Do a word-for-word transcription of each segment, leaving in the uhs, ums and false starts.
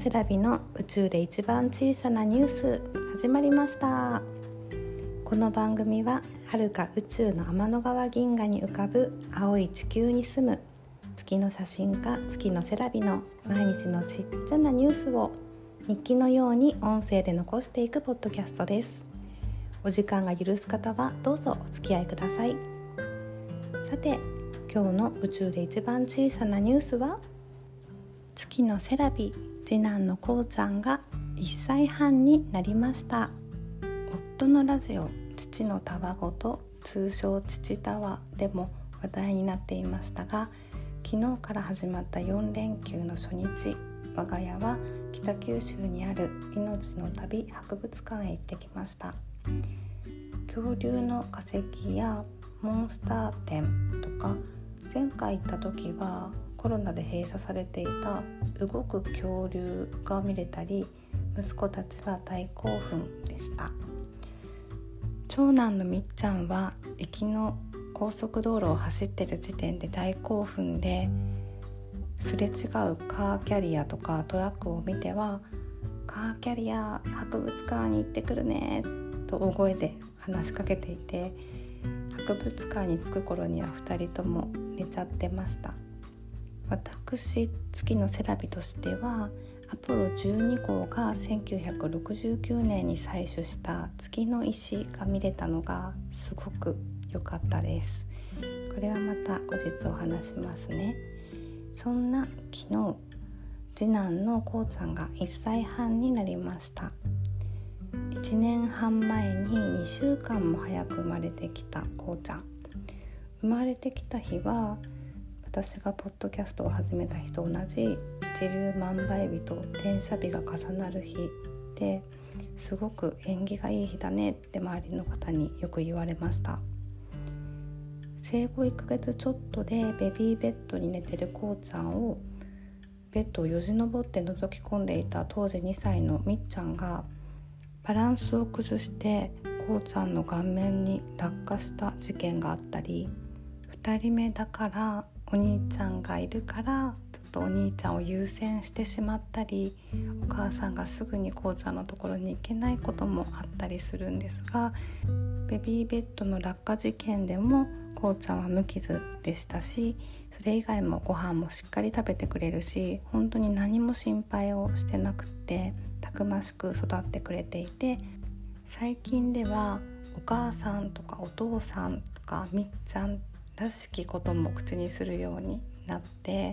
セラビの宇宙で一番小さなニュース始まりました。この番組は遥か宇宙の天の川銀河に浮かぶ青い地球に住む月の写真家月のセラビの毎日のちっちゃなニュースを日記のように音声で残していくポッドキャストです。お時間が許す方はどうぞお付き合いください。さて、今日の宇宙で一番小さなニュースは、月のセラビ次男のこうちゃんがいっさいはんになりました。夫のラジオ父のたわごと通称父たわでも話題になっていましたが、昨日から始まったよんれんきゅうの初日、我が家は北九州にある命の旅博物館へ行ってきました。恐竜の化石やモンスター展とか、前回行った時はコロナで閉鎖されていた動く恐竜が見れたり、息子たちは大興奮でした。長男のみっちゃんは行きの高速道路を走ってる時点で大興奮で、すれ違うカーキャリアとかトラックを見ては、カーキャリア博物館に行ってくるねと大声で話しかけていて、博物館に着く頃にはふたりとも寝ちゃってました。私月のセラビとしては、アポロじゅうにごうがせんきゅうひゃくろくじゅうきゅうねんに採取した月の石が見れたのがすごく良かったです。これはまた後日お話しますね。そんな昨日、次男のこうちゃんがいっさいはんになりました。いちねんはんまえににしゅうかんも早く生まれてきたこうちゃん。生まれてきた日は、私がポッドキャストを始めた日と同じ一粒万倍日と転写日が重なる日で、すごく縁起がいい日だねって周りの方によく言われました。生後いっかげつちょっとでベビーベッドに寝てるこうちゃんを、ベッドをよじ登って覗き込んでいた当時にさいのみっちゃんがバランスを崩してこうちゃんの顔面に落下した事件があったり、ふたりめだからお兄ちゃんがいるからちょっとお兄ちゃんを優先してしまったり、お母さんがすぐにこうちゃんのところに行けないこともあったりするんですが、ベビーベッドの落下事件でもこうちゃんは無傷でしたし、それ以外もご飯もしっかり食べてくれるし、本当に何も心配をしてなくて、たくましく育ってくれていて、最近ではお母さんとかお父さんとかみっちゃんらしきことも口にするようになって、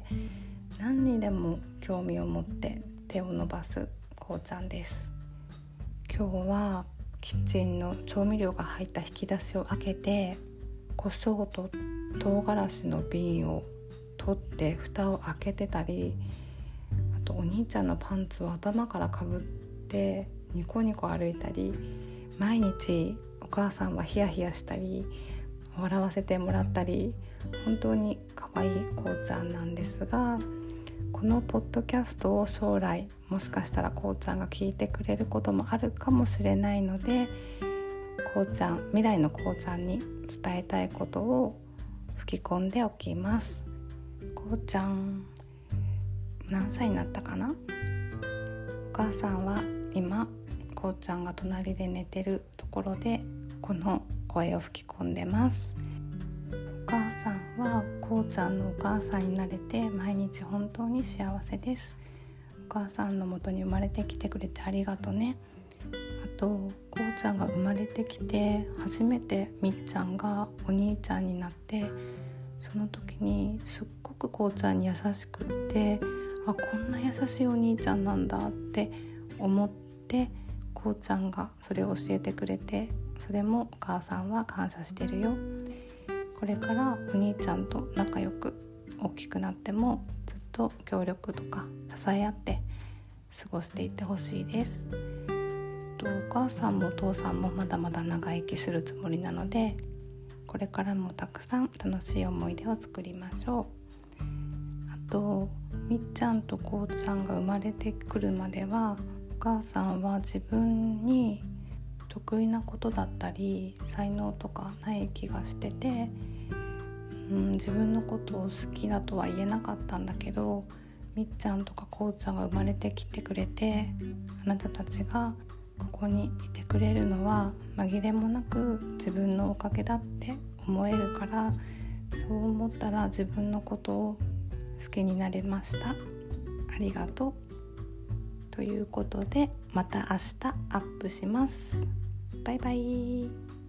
何にでも興味を持って手を伸ばすこうちゃんです。今日はキッチンの調味料が入った引き出しを開けて、胡椒と唐辛子の瓶を取って蓋を開けてたり、あとお兄ちゃんのパンツを頭からかぶってニコニコ歩いたり、毎日お母さんはヒヤヒヤしたり笑わせてもらったり、本当に可愛いこうちゃんなんですが、このポッドキャストを将来もしかしたらこうちゃんが聞いてくれることもあるかもしれないので、こうちゃん、未来のこうちゃんに伝えたいことを吹き込んでおきます。こうちゃん何歳になったかな。お母さんは今こうちゃんが隣で寝てるところでこの声を吹き込んでます。お母さんはこうちゃんのお母さんになれて毎日本当に幸せです。お母さんの元に生まれてきてくれてありがとね。あとこうちゃんが生まれてきて初めてみっちゃんがお兄ちゃんになって、その時にすっごくこうちゃんに優しくって、あ、こんな優しいお兄ちゃんなんだって思って、こうちゃんがそれを教えてくれて、それもお母さんは感謝してるよ。これからお兄ちゃんと仲良く大きくなってもずっと協力とか支え合って過ごしていってほしいです。お母さんもお父さんもまだまだ長生きするつもりなので、これからもたくさん楽しい思い出を作りましょう。あとみっちゃんとこうちゃんが生まれてくるまでは、お母さんは自分に得意なことだったり才能とかない気がしてて、うん、自分のことを好きだとは言えなかったんだけど、みみっちゃんとかこうちゃんが生まれてきてくれて、あなたたちがここにいてくれるのは紛れもなく自分のおかげだって思えるから、そう思ったら自分のことを好きになれました。ありがとう。ということで、また明日アップします。バイバイ。